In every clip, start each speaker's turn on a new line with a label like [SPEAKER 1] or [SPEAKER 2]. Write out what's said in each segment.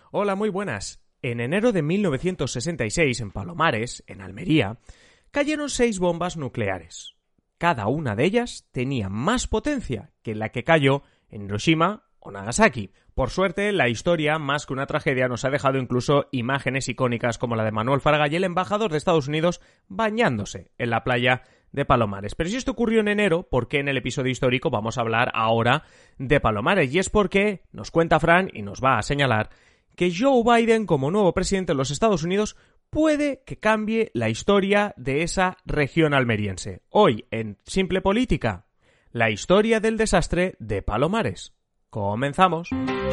[SPEAKER 1] Hola, muy buenas. En enero de 1966, en Palomares, en Almería, cayeron 6 bombas nucleares. Cada una de ellas tenía más potencia que la que cayó en Hiroshima o Nagasaki. Por suerte, la historia, más que una tragedia, nos ha dejado incluso imágenes icónicas como la de Manuel Fraga y el embajador de Estados Unidos bañándose en la playa de Palomares. Pero si esto ocurrió en enero, ¿por qué en el episodio histórico vamos a hablar ahora de Palomares? Y es porque nos cuenta Fran y nos va a señalar que Joe Biden, como nuevo presidente de los Estados Unidos, puede que cambie la historia de esa región almeriense. Hoy, en Simple Política, la historia del desastre de Palomares. ¡Comenzamos!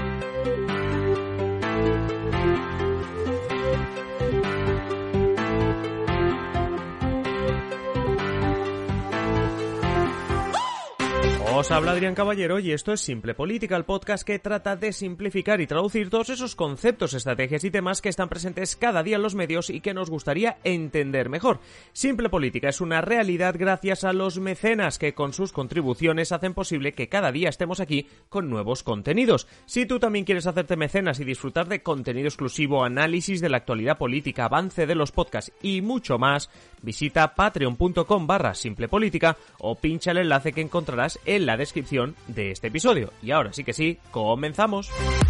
[SPEAKER 1] Os habla Adrián Caballero y esto es Simple Política, el podcast que trata de simplificar y traducir todos esos conceptos, estrategias y temas que están presentes cada día en los medios y que nos gustaría entender mejor. Simple Política es una realidad gracias a los mecenas que con sus contribuciones hacen posible que cada día estemos aquí con nuevos contenidos. Si tú también quieres hacerte mecenas y disfrutar de contenido exclusivo, análisis de la actualidad política, avance de los podcasts y mucho más, visita patreon.com/simplepolítica o pincha el enlace que encontrarás en la descripción de este episodio. Y ahora sí que sí, comenzamos.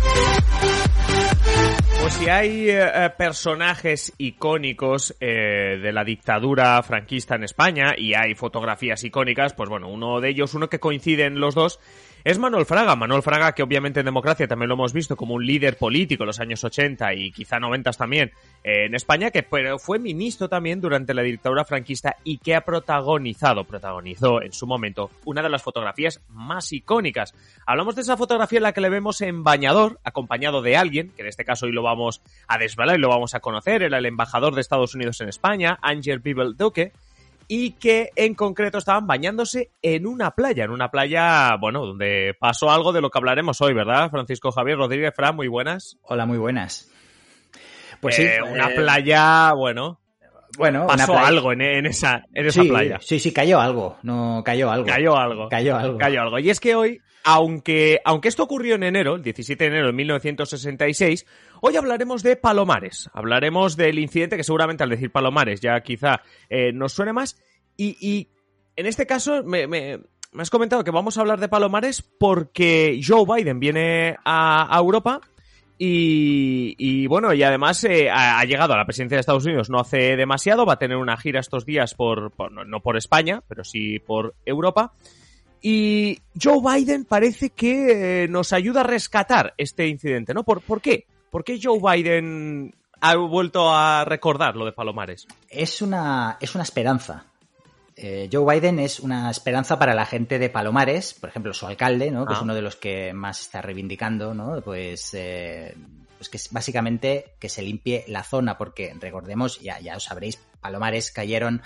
[SPEAKER 1] Pues si hay personajes icónicos de la dictadura franquista en España y hay fotografías icónicas, pues bueno, uno de ellos, uno que coinciden los dos, es Manuel Fraga. Manuel Fraga, que obviamente en democracia también lo hemos visto como un líder político en los años 80 y quizá 90 también en España, que fue ministro también durante la dictadura franquista y que protagonizó en su momento una de las fotografías más icónicas. Hablamos de esa fotografía en la que le vemos en bañador, acompañado de alguien, que en este caso hoy lo vamos a desvelar y lo vamos a conocer, era el embajador de Estados Unidos en España, Anger Bibel Duque, y que en concreto estaban bañándose en una playa, bueno, donde pasó algo de lo que hablaremos hoy, ¿verdad? Francisco Javier Rodríguez. Fran, muy buenas.
[SPEAKER 2] Hola, muy buenas. Pues sí.
[SPEAKER 1] Una playa, bueno, pasó algo en esa playa.
[SPEAKER 2] Sí, cayó algo. Cayó algo.
[SPEAKER 1] Y es que hoy, aunque esto ocurrió en enero, el 17 de enero de 1966, hoy hablaremos de Palomares. Hablaremos del incidente que seguramente al decir Palomares ya quizá nos suene más. Y en este caso me has comentado que vamos a hablar de Palomares porque Joe Biden viene a Europa y bueno, y además ha llegado a la presidencia de Estados Unidos no hace demasiado, va a tener una gira estos días no por España, pero sí por Europa. Y Joe Biden parece que nos ayuda a rescatar este incidente, ¿no? ¿Por qué? ¿Por qué Joe Biden ha vuelto a recordar lo de Palomares?
[SPEAKER 2] Es una esperanza. Joe Biden es una esperanza para la gente de Palomares, por ejemplo, su alcalde, ¿no? Que es uno de los que más está reivindicando, ¿no? Pues que es básicamente que se limpie la zona, porque recordemos, ya os sabréis, Palomares cayeron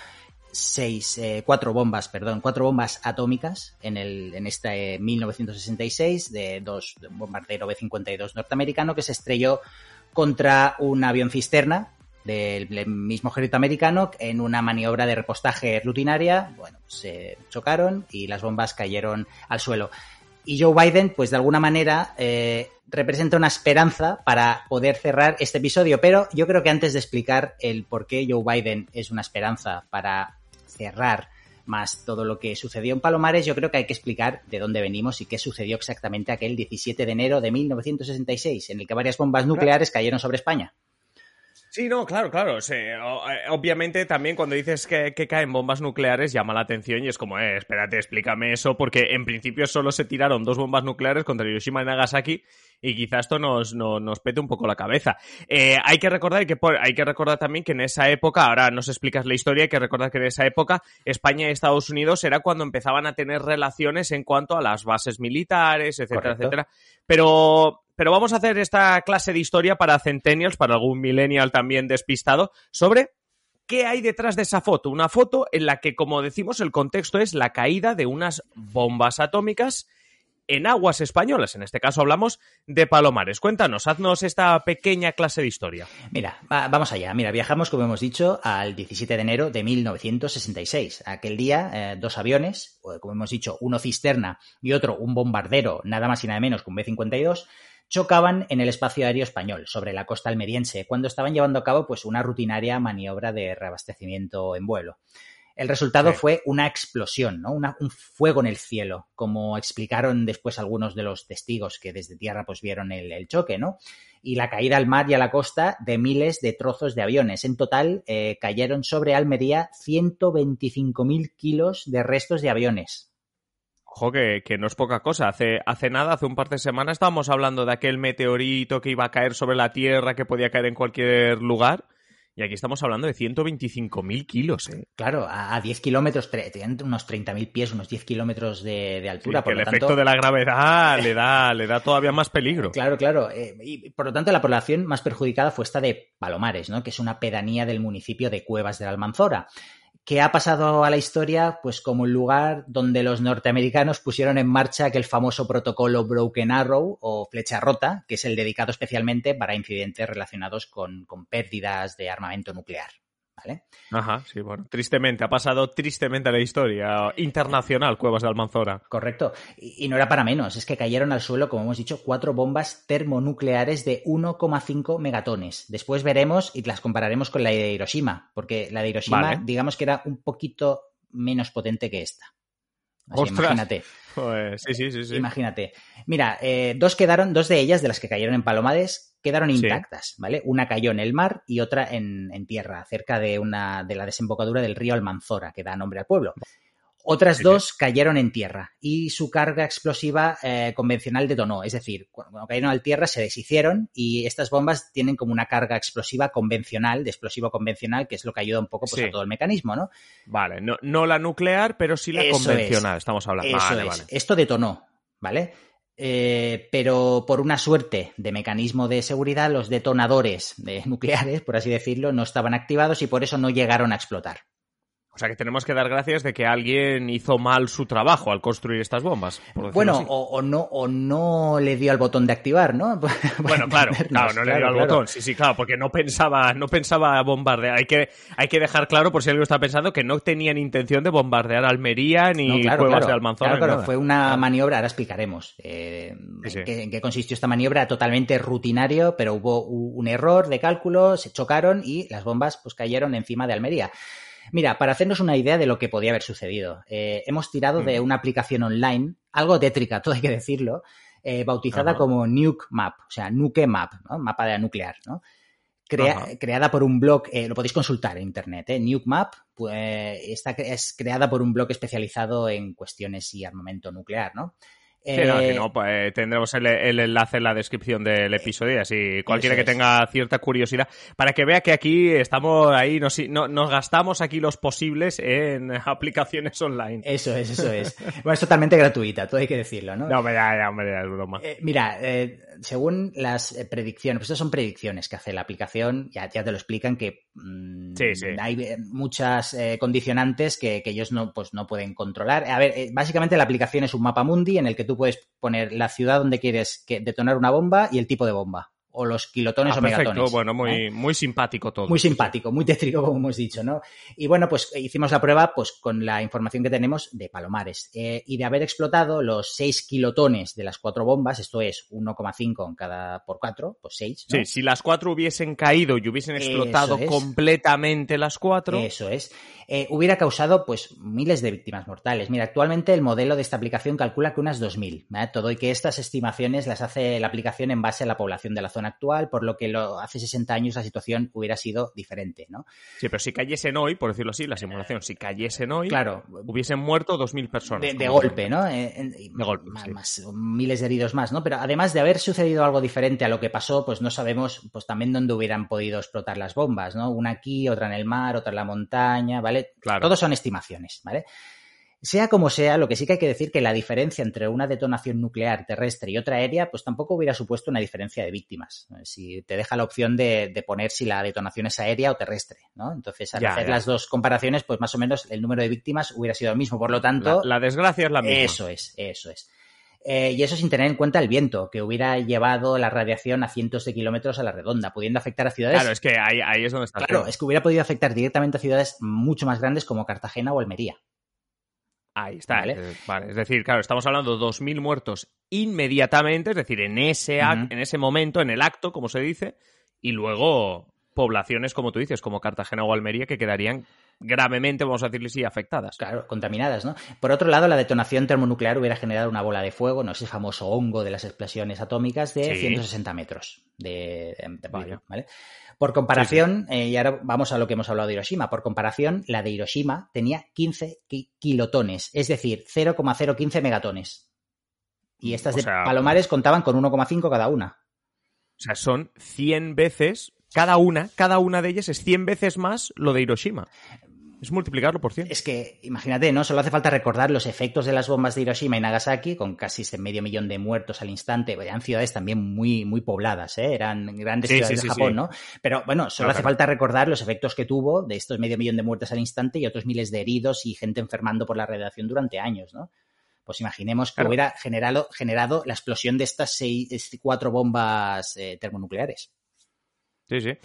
[SPEAKER 2] 4 bombas atómicas en este 1966 de un bombardero B-52 norteamericano que se estrelló contra un avión cisterna del mismo ejército americano en una maniobra de repostaje rutinaria. Bueno, se chocaron y las bombas cayeron al suelo. Y Joe Biden, pues de alguna manera, representa una esperanza para poder cerrar este episodio. Pero yo creo que antes de explicar el por qué Joe Biden es una esperanza para cerrar más todo lo que sucedió en Palomares, yo creo que hay que explicar de dónde venimos y qué sucedió exactamente aquel 17 de enero de 1966, en el que varias bombas nucleares cayeron sobre España.
[SPEAKER 1] Sí, no, claro. Sí, obviamente también cuando dices que caen bombas nucleares llama la atención y es como, espérate, explícame eso, porque en principio solo se tiraron 2 bombas nucleares contra Hiroshima y Nagasaki y quizás esto nos pete un poco la cabeza. Hay que recordar también que en esa época, ahora nos explicas la historia, hay que recordar que en esa época España y Estados Unidos era cuando empezaban a tener relaciones en cuanto a las bases militares, etcétera,
[SPEAKER 2] Correcto.
[SPEAKER 1] etcétera. Pero vamos a hacer esta clase de historia para centennials, para algún millennial también despistado, sobre qué hay detrás de esa foto. Una foto en la que, como decimos, el contexto es la caída de unas bombas atómicas en aguas españolas. En este caso hablamos de Palomares. Cuéntanos, haznos esta pequeña clase de historia.
[SPEAKER 2] Mira, vamos allá. Mira, viajamos, como hemos dicho, al 17 de enero de 1966. Aquel día, 2 aviones, como hemos dicho, uno cisterna y otro un bombardero, nada más y nada menos que un B-52, chocaban en el espacio aéreo español, sobre la costa almeriense, cuando estaban llevando a cabo pues, una rutinaria maniobra de reabastecimiento en vuelo. El resultado fue una explosión, ¿no? Un fuego en el cielo, como explicaron después algunos de los testigos que desde tierra pues, vieron el choque, ¿no? Y la caída al mar y a la costa de miles de trozos de aviones. En total, cayeron sobre Almería 125.000 kilos de restos de aviones.
[SPEAKER 1] Ojo, que no es poca cosa. Hace un par de semanas estábamos hablando de aquel meteorito que iba a caer sobre la Tierra, que podía caer en cualquier lugar. Y aquí estamos hablando de 125.000 kilos, ¿eh?
[SPEAKER 2] Claro, a 10 kilómetros, tienen unos 30.000 pies, unos 10 kilómetros de altura.
[SPEAKER 1] Sí, por que el efecto de la gravedad le da todavía más peligro.
[SPEAKER 2] Claro. Y por lo tanto, la población más perjudicada fue esta de Palomares, ¿no? Que es una pedanía del municipio de Cuevas de la Almanzora, que ha pasado a la historia pues como el lugar donde los norteamericanos pusieron en marcha aquel famoso protocolo Broken Arrow o flecha rota, que es el dedicado especialmente para incidentes relacionados con pérdidas de armamento nuclear. ¿Vale?
[SPEAKER 1] Ajá, sí, bueno, tristemente, ha pasado tristemente a la historia internacional Cuevas de Almanzora.
[SPEAKER 2] Correcto, y no era para menos, es que cayeron al suelo, como hemos dicho, 4 bombas termonucleares de 1,5 megatones. Después veremos y las compararemos con la de Hiroshima, porque la de Hiroshima, digamos que era un poquito menos potente que esta. Así,
[SPEAKER 1] ¡ostras!
[SPEAKER 2] Imagínate.
[SPEAKER 1] Pues, sí.
[SPEAKER 2] Imagínate. Mira, dos de ellas, de las que cayeron en Palomares, quedaron intactas, ¿vale? Una cayó en el mar y otra en tierra, cerca de la desembocadura del río Almanzora, que da nombre al pueblo. Otras dos cayeron en tierra y su carga explosiva convencional detonó. Es decir, cuando cayeron al tierra se deshicieron y estas bombas tienen como una carga explosiva convencional, de explosivo convencional, que es lo que ayuda un poco pues, a todo el mecanismo, ¿no?
[SPEAKER 1] Vale, no la nuclear, pero sí la convencional, estamos hablando. Vale.
[SPEAKER 2] Esto detonó, ¿vale? Pero por una suerte de mecanismo de seguridad, los detonadores nucleares, por así decirlo, no estaban activados y por eso no llegaron a explotar.
[SPEAKER 1] O sea que tenemos que dar gracias de que alguien hizo mal su trabajo al construir estas bombas.
[SPEAKER 2] Bueno, o no le dio al botón de activar, ¿no?
[SPEAKER 1] Bueno, claro, no le dio al botón. Sí, claro, porque no pensaba bombardear. Hay que dejar claro, por si alguien está pensando, que no tenían intención de bombardear Almería ni Cuevas de Almanzora.
[SPEAKER 2] Claro, fue una maniobra, ahora explicaremos en qué consistió esta maniobra, totalmente rutinario, pero hubo un error de cálculo, se chocaron y las bombas pues cayeron encima de Almería. Mira, para hacernos una idea de lo que podía haber sucedido, hemos tirado de una aplicación online, algo tétrica, todo hay que decirlo, bautizada como Nuke Map, o sea, Nuke Map, ¿no? Mapa de nuclear, ¿no? Creada por un blog, lo podéis consultar en internet, Nuke Map, pues, es creada por un blog especializado en cuestiones y armamento nuclear, ¿no?
[SPEAKER 1] Pues tendremos el enlace en la descripción del episodio, así cualquiera que tenga cierta curiosidad, para que vea que aquí estamos ahí, nos gastamos aquí los posibles en aplicaciones online.
[SPEAKER 2] Eso es. Bueno, es totalmente gratuita, todo hay que decirlo, ¿no?
[SPEAKER 1] No, ya, es broma.
[SPEAKER 2] Mira, según las predicciones, pues estas son predicciones que hace la aplicación, ya te lo explican que hay muchas condicionantes que ellos no pueden controlar. A ver, básicamente la aplicación es un mapa mundi en el que tú puedes poner la ciudad donde quieres detonar una bomba y el tipo de bomba. O los kilotones o megatones.
[SPEAKER 1] Perfecto, bueno, muy simpático todo.
[SPEAKER 2] Muy simpático, muy tétrico, como hemos dicho, ¿no? Y bueno, pues hicimos la prueba pues con la información que tenemos de Palomares. Y de haber explotado los 6 kilotones de las 4 bombas, esto es 1,5 en cada por 4, pues 6, ¿no?
[SPEAKER 1] Sí, si las 4 hubiesen caído y hubiesen explotado completamente las 4...
[SPEAKER 2] Eso es. Hubiera causado pues miles de víctimas mortales. Mira, actualmente el modelo de esta aplicación calcula que unas 2.000, ¿vale? Todo y que estas estimaciones las hace la aplicación en base a la población de la zona actual, por lo que hace 60 años la situación hubiera sido diferente, ¿no?
[SPEAKER 1] Sí, pero si cayesen hoy, por decirlo así, la simulación, si cayesen hoy,
[SPEAKER 2] claro,
[SPEAKER 1] hubiesen muerto 2.000 personas.
[SPEAKER 2] De golpe, ¿no?
[SPEAKER 1] De golpe,
[SPEAKER 2] más, miles de heridos más, ¿no? Pero además de haber sucedido algo diferente a lo que pasó, pues no sabemos pues también dónde hubieran podido explotar las bombas, ¿no? Una aquí, otra en el mar, otra en la montaña, ¿vale?
[SPEAKER 1] Claro.
[SPEAKER 2] Todos son estimaciones, ¿vale? Sea como sea, lo que sí que hay que decir que la diferencia entre una detonación nuclear terrestre y otra aérea, pues tampoco hubiera supuesto una diferencia de víctimas. Si te deja la opción de poner si la detonación es aérea o terrestre, ¿no? Entonces, al hacer las dos comparaciones, pues más o menos el número de víctimas hubiera sido el mismo. Por lo tanto...
[SPEAKER 1] La desgracia es la misma.
[SPEAKER 2] Eso es. Y eso sin tener en cuenta el viento, que hubiera llevado la radiación a cientos de kilómetros a la redonda, pudiendo afectar a ciudades...
[SPEAKER 1] Claro, es que ahí es donde está.
[SPEAKER 2] Claro, es que hubiera podido afectar directamente a ciudades mucho más grandes como Cartagena o Almería.
[SPEAKER 1] Ahí está. Vale. Es decir, claro, estamos hablando de 2.000 muertos inmediatamente, es decir, en ese momento, en el acto, como se dice, y luego poblaciones, como tú dices, como Cartagena o Almería, que quedarían gravemente, vamos a decirle sí, afectadas.
[SPEAKER 2] Claro, contaminadas, ¿no? Por otro lado, la detonación termonuclear hubiera generado una bola de fuego, no sé, ese famoso hongo de las explosiones atómicas de 160 metros de ¿vale? Por comparación, y ahora vamos a lo que hemos hablado de Hiroshima, por comparación, la de Hiroshima tenía 15 kilotones, es decir, 0,015 megatones. Y estas de Palomares contaban con 1,5 cada una.
[SPEAKER 1] O sea, son 100 veces, cada una de ellas es 100 veces más lo de Hiroshima. Es multiplicarlo por 100.
[SPEAKER 2] Es que, imagínate, ¿no? Solo hace falta recordar los efectos de las bombas de Hiroshima y Nagasaki, con casi 500.000 de muertos al instante. Eran ciudades también muy, muy pobladas, ¿eh? Eran grandes ciudades de Japón, ¿no? Pero, bueno, solo hace falta recordar los efectos que tuvo de estos 500.000 de muertes al instante y otros miles de heridos y gente enfermando por la radiación durante años, ¿no? Pues imaginemos que hubiera generado la explosión de estas 4 bombas termonucleares.
[SPEAKER 1] Sí, sí.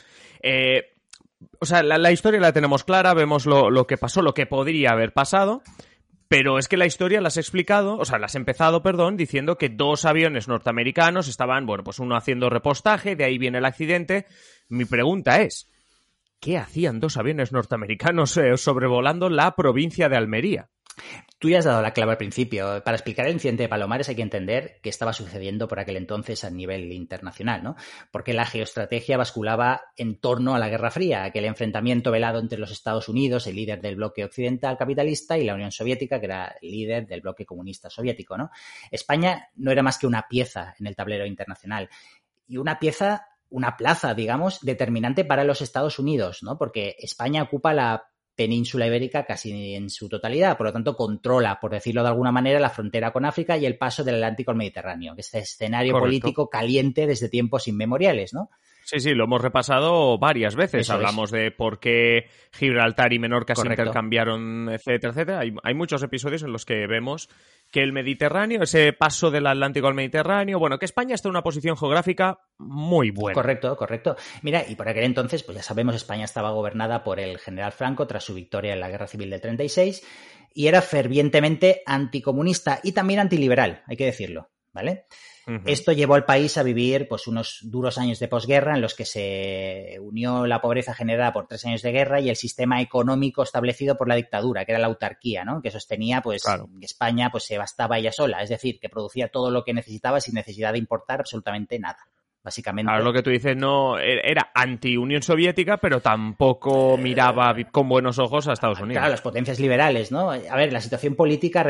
[SPEAKER 1] O sea, la historia la tenemos clara, vemos lo que pasó, lo que podría haber pasado, pero es que la historia la has empezado, diciendo que 2 aviones norteamericanos estaban, bueno, pues uno haciendo repostaje, de ahí viene el accidente. Mi pregunta es, ¿qué hacían 2 aviones norteamericanos sobrevolando la provincia de Almería?
[SPEAKER 2] Tú ya has dado la clave al principio. Para explicar el incidente de Palomares hay que entender qué estaba sucediendo por aquel entonces a nivel internacional, ¿no? Porque la geoestrategia basculaba en torno a la Guerra Fría, aquel enfrentamiento velado entre los Estados Unidos, el líder del bloque occidental capitalista, y la Unión Soviética, que era el líder del bloque comunista soviético, ¿no? España no era más que una pieza en el tablero internacional. Y una plaza, digamos, determinante para los Estados Unidos, ¿no? Porque España ocupa la península ibérica casi en su totalidad, por lo tanto controla, por decirlo de alguna manera, la frontera con África y el paso del Atlántico al Mediterráneo, que es este escenario político caliente desde tiempos inmemoriales, ¿no?
[SPEAKER 1] Sí, lo hemos repasado varias veces. Hablamos de por qué Gibraltar y Menorca se intercambiaron, etcétera, etcétera. Hay muchos episodios en los que vemos que el Mediterráneo, ese paso del Atlántico al Mediterráneo, bueno, que España está en una posición geográfica muy buena.
[SPEAKER 2] Correcto. Mira, y por aquel entonces, pues ya sabemos, España estaba gobernada por el general Franco tras su victoria en la Guerra Civil del 36 y era fervientemente anticomunista y también antiliberal, hay que decirlo, ¿vale? Esto llevó al país a vivir pues unos duros años de posguerra en los que se unió la pobreza generada por 3 años de guerra y el sistema económico establecido por la dictadura, que era la autarquía, ¿no? Que sostenía pues que España pues se bastaba ella sola, es decir, que producía todo lo que necesitaba sin necesidad de importar absolutamente nada. Básicamente.
[SPEAKER 1] Ahora lo que tú dices no era anti-Unión Soviética, pero tampoco miraba con buenos ojos a Estados Unidos.
[SPEAKER 2] Claro, las potencias liberales, ¿no? A ver, la situación política,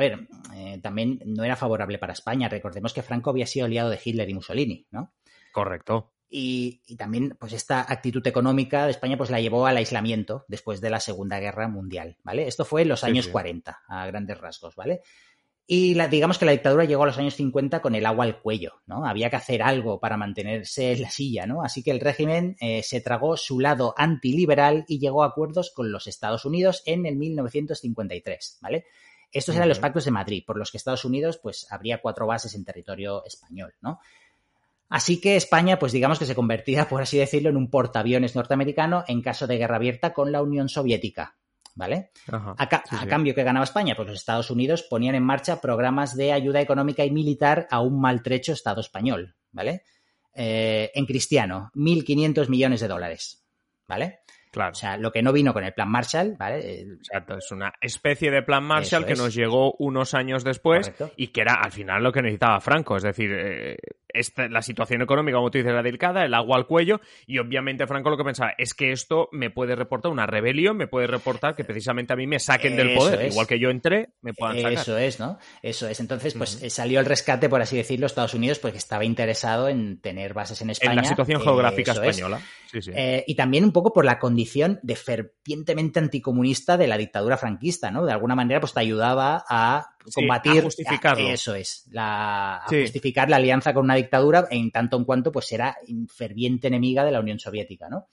[SPEAKER 2] también no era favorable para España. Recordemos que Franco había sido aliado de Hitler y Mussolini, ¿no?
[SPEAKER 1] Correcto.
[SPEAKER 2] Y también, pues esta actitud económica de España pues la llevó al aislamiento después de la Segunda Guerra Mundial, ¿vale? Esto fue en los años 40, a grandes rasgos, ¿vale? Y digamos que la dictadura llegó a los años 50 con el agua al cuello, ¿no? Había que hacer algo para mantenerse en la silla, ¿no? Así que el régimen se tragó su lado antiliberal y llegó a acuerdos con los Estados Unidos en el 1953, ¿vale? Estos eran los pactos de Madrid, por los que Estados Unidos pues habría 4 bases en territorio español, ¿no? Así que España, pues digamos que se convertía, por así decirlo, en un portaaviones norteamericano en caso de guerra abierta con la Unión Soviética, ¿vale? A cambio, ¿qué ganaba España? Pues los Estados Unidos ponían en marcha programas de ayuda económica y militar a un maltrecho Estado español, ¿vale? En cristiano, 1.500 millones de dólares, ¿vale?
[SPEAKER 1] Claro.
[SPEAKER 2] O sea, lo que no vino con el Plan Marshall, ¿vale?
[SPEAKER 1] Exacto, es una especie de Plan Marshall que nos llegó unos años después. Correcto. Y que era al final lo que necesitaba Franco. Es decir, la situación económica, como tú dices, era delicada, el agua al cuello, y obviamente Franco lo que pensaba es que esto me puede reportar una rebelión, me puede reportar que precisamente a mí me saquen del poder. Igual que yo entré, me puedan sacar.
[SPEAKER 2] Eso es, ¿no? Eso es. Entonces, pues salió el rescate, por así decirlo, Estados Unidos, porque estaba interesado en tener bases en España.
[SPEAKER 1] En la situación geográfica española. Sí.
[SPEAKER 2] Y también un poco por la condición de fervientemente anticomunista de la dictadura franquista, ¿no? De alguna manera, pues te ayudaba a combatir.
[SPEAKER 1] A justificarlo.
[SPEAKER 2] Eso es. A justificar la alianza con una dictadura en tanto en cuanto pues era ferviente enemiga de la Unión Soviética, ¿no?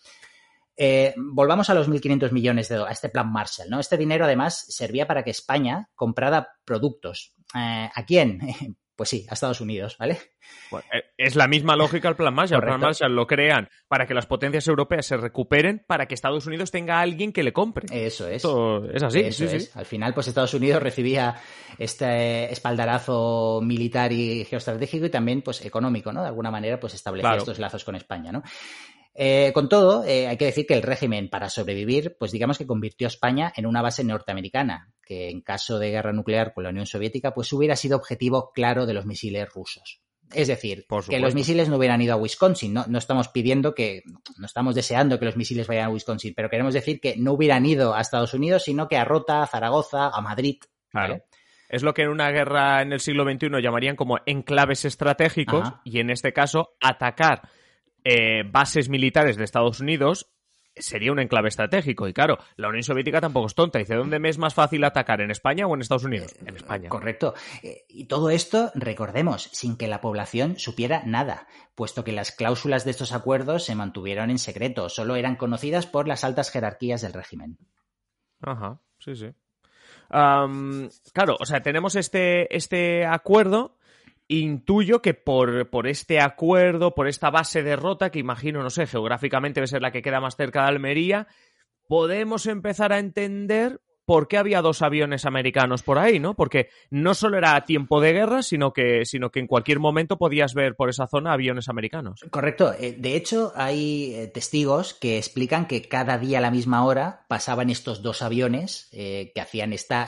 [SPEAKER 2] Volvamos a los 1.500 millones de dólares, a este Plan Marshall, ¿no? Este dinero, además, servía para que España comprara productos. ¿A quién? Pues sí, a Estados Unidos, ¿vale?
[SPEAKER 1] Bueno, es la misma lógica el Plan Marshall.
[SPEAKER 2] Correcto.
[SPEAKER 1] El Plan Marshall lo crean para que las potencias europeas se recuperen, para que Estados Unidos tenga a alguien que le compre.
[SPEAKER 2] Eso es.
[SPEAKER 1] Esto es así.
[SPEAKER 2] Eso
[SPEAKER 1] sí,
[SPEAKER 2] es.
[SPEAKER 1] sí.
[SPEAKER 2] Al final, pues Estados Unidos recibía este espaldarazo militar y geoestratégico y también, pues, económico, ¿no? De alguna manera, pues establecía estos lazos con España, ¿no? Con todo, hay que decir que el régimen, para sobrevivir, pues digamos que convirtió a España en una base norteamericana, que en caso de guerra nuclear con la Unión Soviética, pues hubiera sido objetivo claro de los misiles rusos. Es decir, que los misiles no hubieran ido a Wisconsin. No estamos no estamos deseando que los misiles vayan a Wisconsin, pero queremos decir que no hubieran ido a Estados Unidos, sino que a Rota, a Zaragoza, a Madrid.
[SPEAKER 1] Claro.
[SPEAKER 2] ¿Vale?
[SPEAKER 1] Es lo que en una guerra en el siglo XXI llamarían como enclaves estratégicos. Ajá. Y en este caso, atacar bases militares de Estados Unidos sería un enclave estratégico. Y claro, la Unión Soviética tampoco es tonta. Dice, ¿dónde me es más fácil atacar? ¿En España o en Estados Unidos? En España.
[SPEAKER 2] Correcto. Y todo esto, recordemos, sin que la población supiera nada, puesto que las cláusulas de estos acuerdos se mantuvieron en secreto. Solo eran conocidas por las altas jerarquías del régimen.
[SPEAKER 1] Ajá, sí, sí. Claro, o sea, tenemos este acuerdo. Intuyo que por este acuerdo, por esta base de Rota, que imagino, no sé, geográficamente debe ser la que queda más cerca de Almería, podemos empezar a entender por qué había 2 aviones americanos por ahí, ¿no? Porque no solo era tiempo de guerra, sino que en cualquier momento podías ver por esa zona aviones americanos.
[SPEAKER 2] Correcto. De hecho, hay testigos que explican que cada día a la misma hora pasaban estos 2 aviones que hacían esta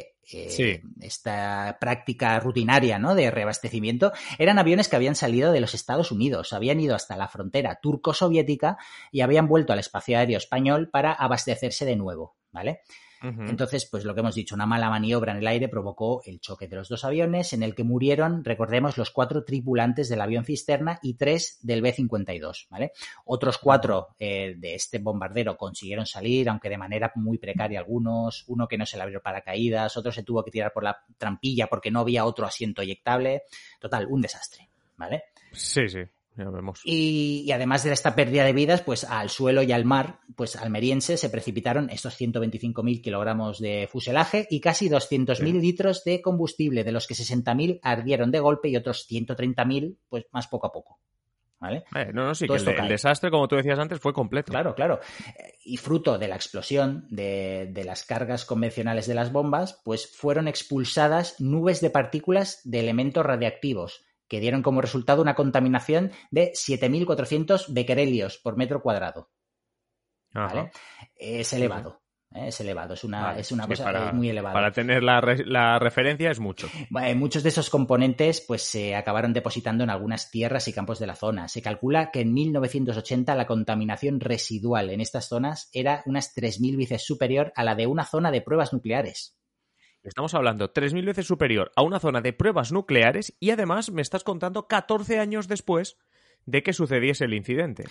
[SPEAKER 2] práctica rutinaria, ¿no?, de reabastecimiento. Eran aviones que habían salido de los Estados Unidos, habían ido hasta la frontera turco-soviética y habían vuelto al espacio aéreo español para abastecerse de nuevo, ¿vale? Uh-huh. Entonces, pues lo que hemos dicho, una mala maniobra en el aire provocó el choque de los 2 aviones, en el que murieron, recordemos, los 4 tripulantes del avión cisterna y 3 del B-52, ¿vale? Otros 4 de este bombardero consiguieron salir, aunque de manera muy precaria algunos, uno que no se le abrió paracaídas, otro se tuvo que tirar por la trampilla porque no había otro asiento eyectable. Total, un desastre, ¿vale?
[SPEAKER 1] Sí, sí. Ya vemos.
[SPEAKER 2] Y además de esta pérdida de vidas, pues al suelo y al mar, pues almeriense se precipitaron estos 125.000 kilogramos de fuselaje y casi 200.000 litros de combustible, de los que 60.000 ardieron de golpe y otros 130.000, pues más poco a poco. ¿Vale?
[SPEAKER 1] Sí, que el desastre, como tú decías antes, fue completo.
[SPEAKER 2] Claro, claro. Y fruto de la explosión de las cargas convencionales de las bombas, pues fueron expulsadas nubes de partículas de elementos radiactivos, que dieron como resultado una contaminación de 7.400 becquerelios por metro cuadrado. ¿Vale? Es elevado. Es elevado, es una cosa muy elevada.
[SPEAKER 1] Para tener la referencia es mucho.
[SPEAKER 2] Muchos de esos componentes pues se acabaron depositando en algunas tierras y campos de la zona. Se calcula que en 1980 la contaminación residual en estas zonas era unas 3.000 veces superior a la de una zona de pruebas nucleares.
[SPEAKER 1] Estamos hablando 3.000 veces superior a una zona de pruebas nucleares y además me estás contando 14 años después de que sucediese el incidente.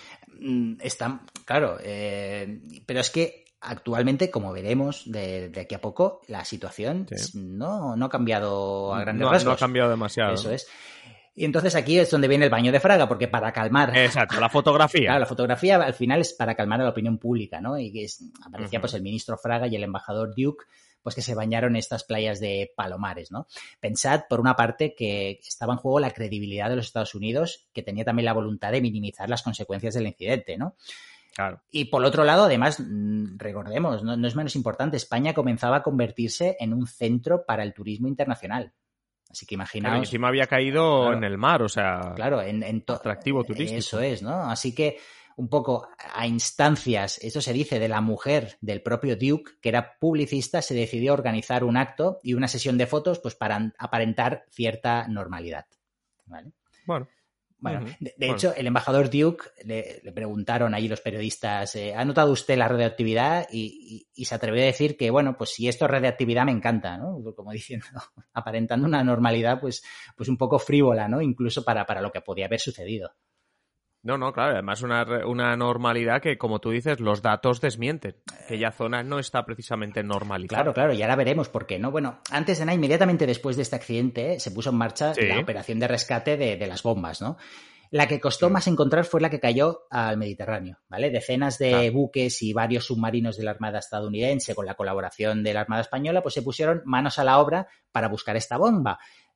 [SPEAKER 2] Claro, pero es que actualmente, como veremos de aquí a poco, la situación no ha cambiado a grandes rasgos.
[SPEAKER 1] No ha cambiado demasiado.
[SPEAKER 2] Eso es. Y entonces aquí es donde viene el baño de Fraga, porque para calmar...
[SPEAKER 1] Exacto, la fotografía.
[SPEAKER 2] Claro, la fotografía al final es para calmar a la opinión pública, ¿no? Y aparecía pues el ministro Fraga y el embajador Duke, pues que se bañaron en estas playas de Palomares, ¿no? Pensad, por una parte, que estaba en juego la credibilidad de los Estados Unidos, que tenía también la voluntad de minimizar las consecuencias del incidente, ¿no?
[SPEAKER 1] Claro.
[SPEAKER 2] Y por otro lado, además, recordemos, no es menos importante, España comenzaba a convertirse en un centro para el turismo internacional. Así que imaginaos...
[SPEAKER 1] Claro, encima había caído en el mar, o sea...
[SPEAKER 2] Claro,
[SPEAKER 1] atractivo turístico.
[SPEAKER 2] Eso es, ¿no? Así que un poco a instancias, esto se dice, de la mujer del propio Duke, que era publicista, se decidió organizar un acto y una sesión de fotos pues para aparentar cierta normalidad. ¿Vale?
[SPEAKER 1] Bueno,
[SPEAKER 2] de hecho, el embajador Duke le preguntaron ahí los periodistas, ¿ha notado usted la radioactividad? Y se atrevió a decir que, bueno, pues si esto es radioactividad me encanta, ¿no? Como diciendo, aparentando una normalidad pues un poco frívola, ¿no? Incluso para lo que podía haber sucedido.
[SPEAKER 1] No, claro, además una normalidad que, como tú dices, los datos desmienten. Aquella zona no está precisamente normalizada.
[SPEAKER 2] Claro, y ahora veremos por qué, ¿no? Bueno, antes de nada, inmediatamente después de este accidente, se puso en marcha la operación de rescate de las bombas, ¿no? La que costó más encontrar fue la que cayó al Mediterráneo, ¿vale? Decenas de buques y varios submarinos de la Armada estadounidense, con la colaboración de la Armada española, pues se pusieron manos a la obra para buscar esta bomba.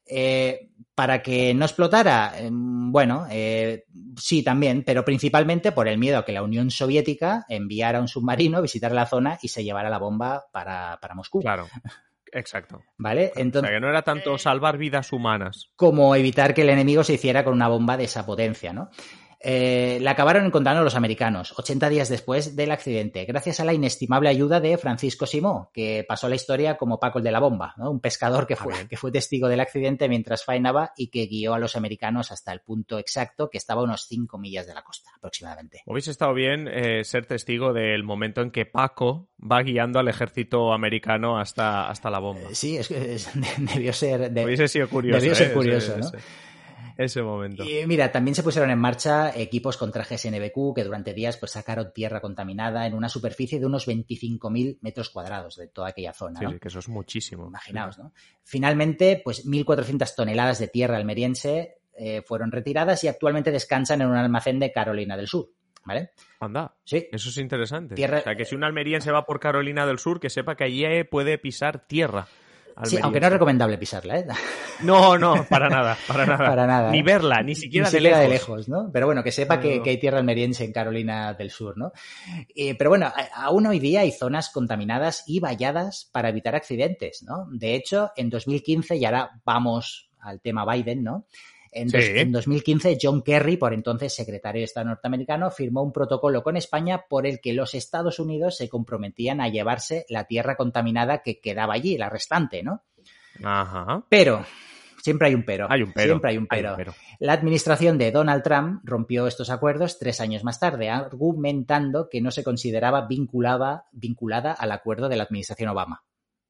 [SPEAKER 2] Para que no explotara, bueno, sí también, pero principalmente por el miedo a que la Unión Soviética enviara un submarino, visitara la zona y se llevara la bomba para Moscú.
[SPEAKER 1] Claro, exacto.
[SPEAKER 2] ¿Vale?
[SPEAKER 1] Claro,
[SPEAKER 2] Entonces,
[SPEAKER 1] o sea, que no era tanto salvar vidas humanas.
[SPEAKER 2] Como evitar que el enemigo se hiciera con una bomba de esa potencia, ¿no? La acabaron encontrando los americanos 80 días después del accidente, gracias a la inestimable ayuda de Francisco Simó, que pasó a la historia como Paco el de la bomba, ¿no? Un pescador que fue testigo del accidente mientras faenaba y que guió a los americanos hasta el punto exacto, que estaba a unos 5 millas de la costa, aproximadamente.
[SPEAKER 1] Hubiese estado bien ser testigo del momento en que Paco va guiando al ejército americano hasta la bomba.
[SPEAKER 2] Sí, debió ser...
[SPEAKER 1] Hubiese sido curioso.
[SPEAKER 2] Debió ser curioso, ¿no?
[SPEAKER 1] Ese momento.
[SPEAKER 2] Y mira, también se pusieron en marcha equipos con trajes NBQ que durante días pues sacaron tierra contaminada en una superficie de unos 25.000 metros cuadrados de toda aquella zona, ¿no?
[SPEAKER 1] Sí, que eso es muchísimo.
[SPEAKER 2] Imaginaos, ¿no? Finalmente, pues 1.400 toneladas de tierra almeriense fueron retiradas y actualmente descansan en un almacén de Carolina del Sur, ¿vale?
[SPEAKER 1] Anda,
[SPEAKER 2] sí.
[SPEAKER 1] Eso es interesante. O sea, que si un almeriense va por Carolina del Sur, que sepa que allí puede pisar tierra.
[SPEAKER 2] Sí, aunque no es recomendable pisarla, ¿eh?
[SPEAKER 1] No, para nada.
[SPEAKER 2] Para nada.
[SPEAKER 1] Ni verla, ni siquiera
[SPEAKER 2] de lejos, ¿no? Pero bueno, que sepa que hay tierra almeriense en Carolina del Sur, ¿no? Pero bueno, aún hoy día hay zonas contaminadas y valladas para evitar accidentes, ¿no? De hecho, en 2015, y ahora vamos al tema Biden, ¿no? En 2015, John Kerry, por entonces secretario de Estado norteamericano, firmó un protocolo con España por el que los Estados Unidos se comprometían a llevarse la tierra contaminada que quedaba allí, la restante, ¿no?
[SPEAKER 1] Ajá.
[SPEAKER 2] Pero, siempre hay un pero. Siempre hay un pero.
[SPEAKER 1] Hay un pero.
[SPEAKER 2] La administración de Donald Trump rompió estos acuerdos 3 años más tarde, argumentando que no se consideraba vinculada al acuerdo de la administración Obama.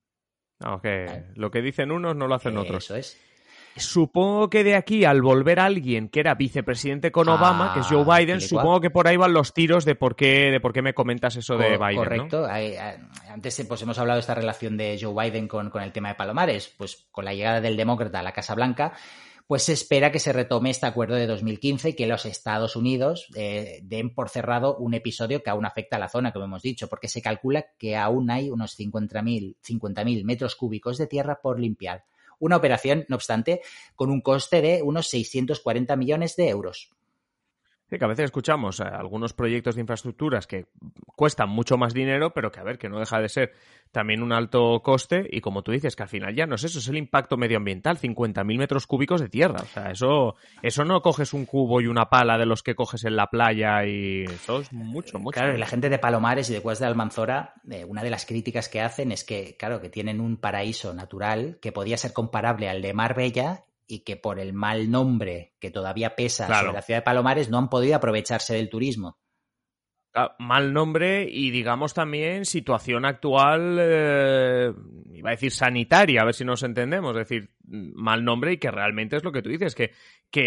[SPEAKER 1] Okay. Lo que dicen unos no lo hacen otros.
[SPEAKER 2] Eso es.
[SPEAKER 1] Supongo que de aquí, al volver a alguien que era vicepresidente con Obama, que es Joe Biden, supongo que por ahí van los tiros de por qué me comentas eso de Biden,
[SPEAKER 2] correcto.
[SPEAKER 1] ¿no?
[SPEAKER 2] Antes pues hemos hablado de esta relación de Joe Biden con el tema de Palomares. Pues con la llegada del demócrata a la Casa Blanca, pues se espera que se retome este acuerdo de 2015 y que los Estados Unidos den por cerrado un episodio que aún afecta a la zona, como hemos dicho, porque se calcula que aún hay unos 50.000 metros cúbicos de tierra por limpiar. Una operación, no obstante, con un coste de unos 640 millones de euros.
[SPEAKER 1] Sí, que a veces escuchamos algunos proyectos de infraestructuras que cuestan mucho más dinero, pero que no deja de ser también un alto coste, y como tú dices, que al final ya no es eso, es el impacto medioambiental, 50.000 metros cúbicos de tierra. O sea, eso no coges un cubo y una pala de los que coges en la playa, y eso es mucho.
[SPEAKER 2] Claro, y la gente de Palomares y de Cuevas de Almanzora, una de las críticas que hacen es que, claro, que tienen un paraíso natural que podía ser comparable al de Marbella, y que por el mal nombre que todavía pesa sobre la ciudad de Palomares no han podido aprovecharse del turismo.
[SPEAKER 1] Mal nombre y, digamos, también situación actual, iba a decir sanitaria, a ver si nos entendemos, es decir, mal nombre, y que realmente es lo que tú dices, que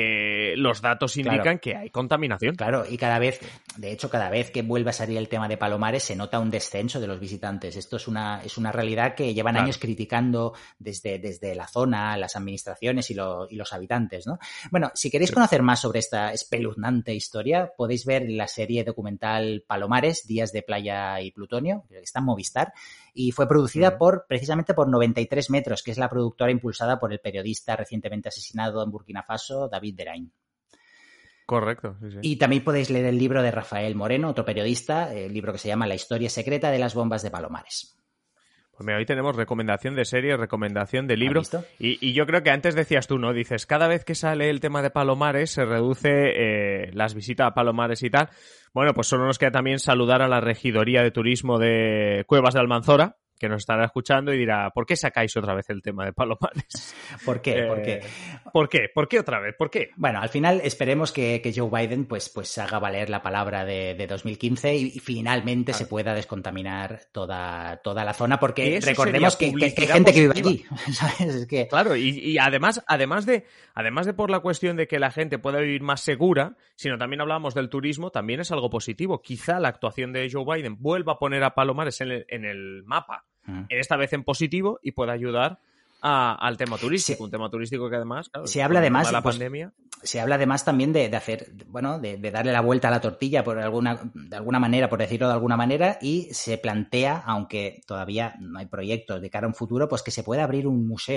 [SPEAKER 1] los datos indican que hay contaminación.
[SPEAKER 2] Claro, y cada vez que vuelve a salir el tema de Palomares se nota un descenso de los visitantes. Esto es una realidad que llevan años criticando desde la zona, las administraciones y los habitantes, ¿no? Bueno, si queréis conocer más sobre esta espeluznante historia, podéis ver la serie documental Palomares, Días de Playa y Plutonio, que está en Movistar, y fue producida precisamente por 93 Metros, que es la productora impulsada por el periodista recientemente asesinado en Burkina Faso, David Derain.
[SPEAKER 1] Correcto, sí.
[SPEAKER 2] Y también podéis leer el libro de Rafael Moreno, otro periodista, el libro que se llama La historia secreta de las bombas de Palomares.
[SPEAKER 1] Pues mira, hoy tenemos recomendación de serie, recomendación de libro. Y yo creo que antes decías tú, ¿no? Dices, cada vez que sale el tema de Palomares se reduce las visitas a Palomares y tal. Bueno, pues solo nos queda también saludar a la Regidoría de Turismo de Cuevas de Almanzora, que nos estará escuchando y dirá, ¿por qué sacáis otra vez el tema de Palomares?
[SPEAKER 2] ¿Por qué?
[SPEAKER 1] ¿Por qué? ¿Por qué otra vez? ¿Por qué?
[SPEAKER 2] Bueno, al final esperemos que Joe Biden pues haga valer la palabra de 2015 y finalmente se pueda descontaminar toda la zona, porque recordemos que hay gente que vive allí, ¿sabes? Es que...
[SPEAKER 1] Claro, y además de por la cuestión de que la gente pueda vivir más segura, sino también hablamos del turismo, también es algo positivo. Quizá la actuación de Joe Biden vuelva a poner a Palomares en el mapa, esta vez en positivo, y pueda ayudar al tema turístico, un tema turístico que además, claro,
[SPEAKER 2] se habla además,
[SPEAKER 1] la pandemia.
[SPEAKER 2] Se habla además también de hacer, bueno, de darle la vuelta a la tortilla de alguna manera, por decirlo de alguna manera, y se plantea, aunque todavía no hay proyectos de cara a un futuro, pues que se pueda abrir un museo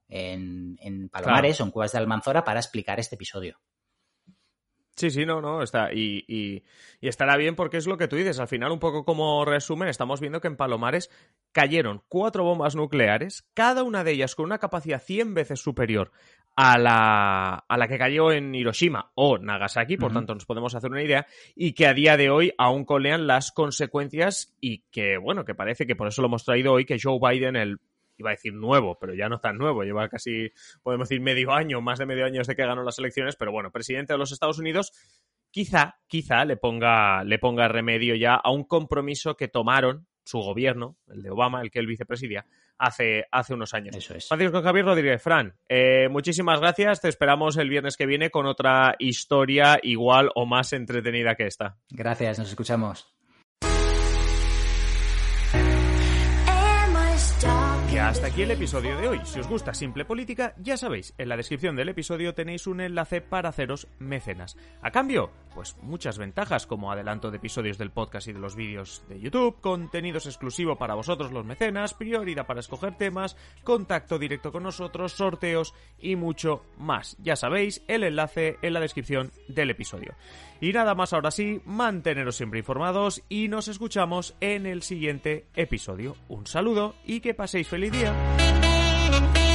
[SPEAKER 2] en Palomares, claro, o en Cuevas de Almanzora para explicar este episodio.
[SPEAKER 1] Sí, no, está. Y estará bien porque es lo que tú dices. Al final, un poco como resumen, estamos viendo que en Palomares cayeron 4 bombas nucleares, cada una de ellas con una capacidad 100 veces superior a la que cayó en Hiroshima o Nagasaki, por tanto nos podemos hacer una idea, y que a día de hoy aún colean las consecuencias y que, bueno, que parece que por eso lo hemos traído hoy, que Joe Biden, iba a decir nuevo, pero ya no tan nuevo, lleva casi, podemos decir, medio año, más de medio año desde que ganó las elecciones, pero bueno, presidente de los Estados Unidos, quizá le ponga remedio ya a un compromiso que tomaron su gobierno, el de Obama, el que él vicepresidía, hace unos años.
[SPEAKER 2] Eso es.
[SPEAKER 1] Francisco Javier Rodríguez, Fran, muchísimas gracias, te esperamos el viernes que viene con otra historia igual o más entretenida que esta.
[SPEAKER 2] Gracias, nos escuchamos.
[SPEAKER 1] Y hasta aquí el episodio de hoy. Si os gusta Simple Política, ya sabéis, en la descripción del episodio tenéis un enlace para haceros mecenas. A cambio, pues muchas ventajas como adelanto de episodios del podcast y de los vídeos de YouTube, contenidos exclusivos para vosotros los mecenas, prioridad para escoger temas, contacto directo con nosotros, sorteos y mucho más. Ya sabéis, el enlace en la descripción del episodio. Y nada más, ahora sí, manteneros siempre informados y nos escuchamos en el siguiente episodio. Un saludo y que paséis feliz día.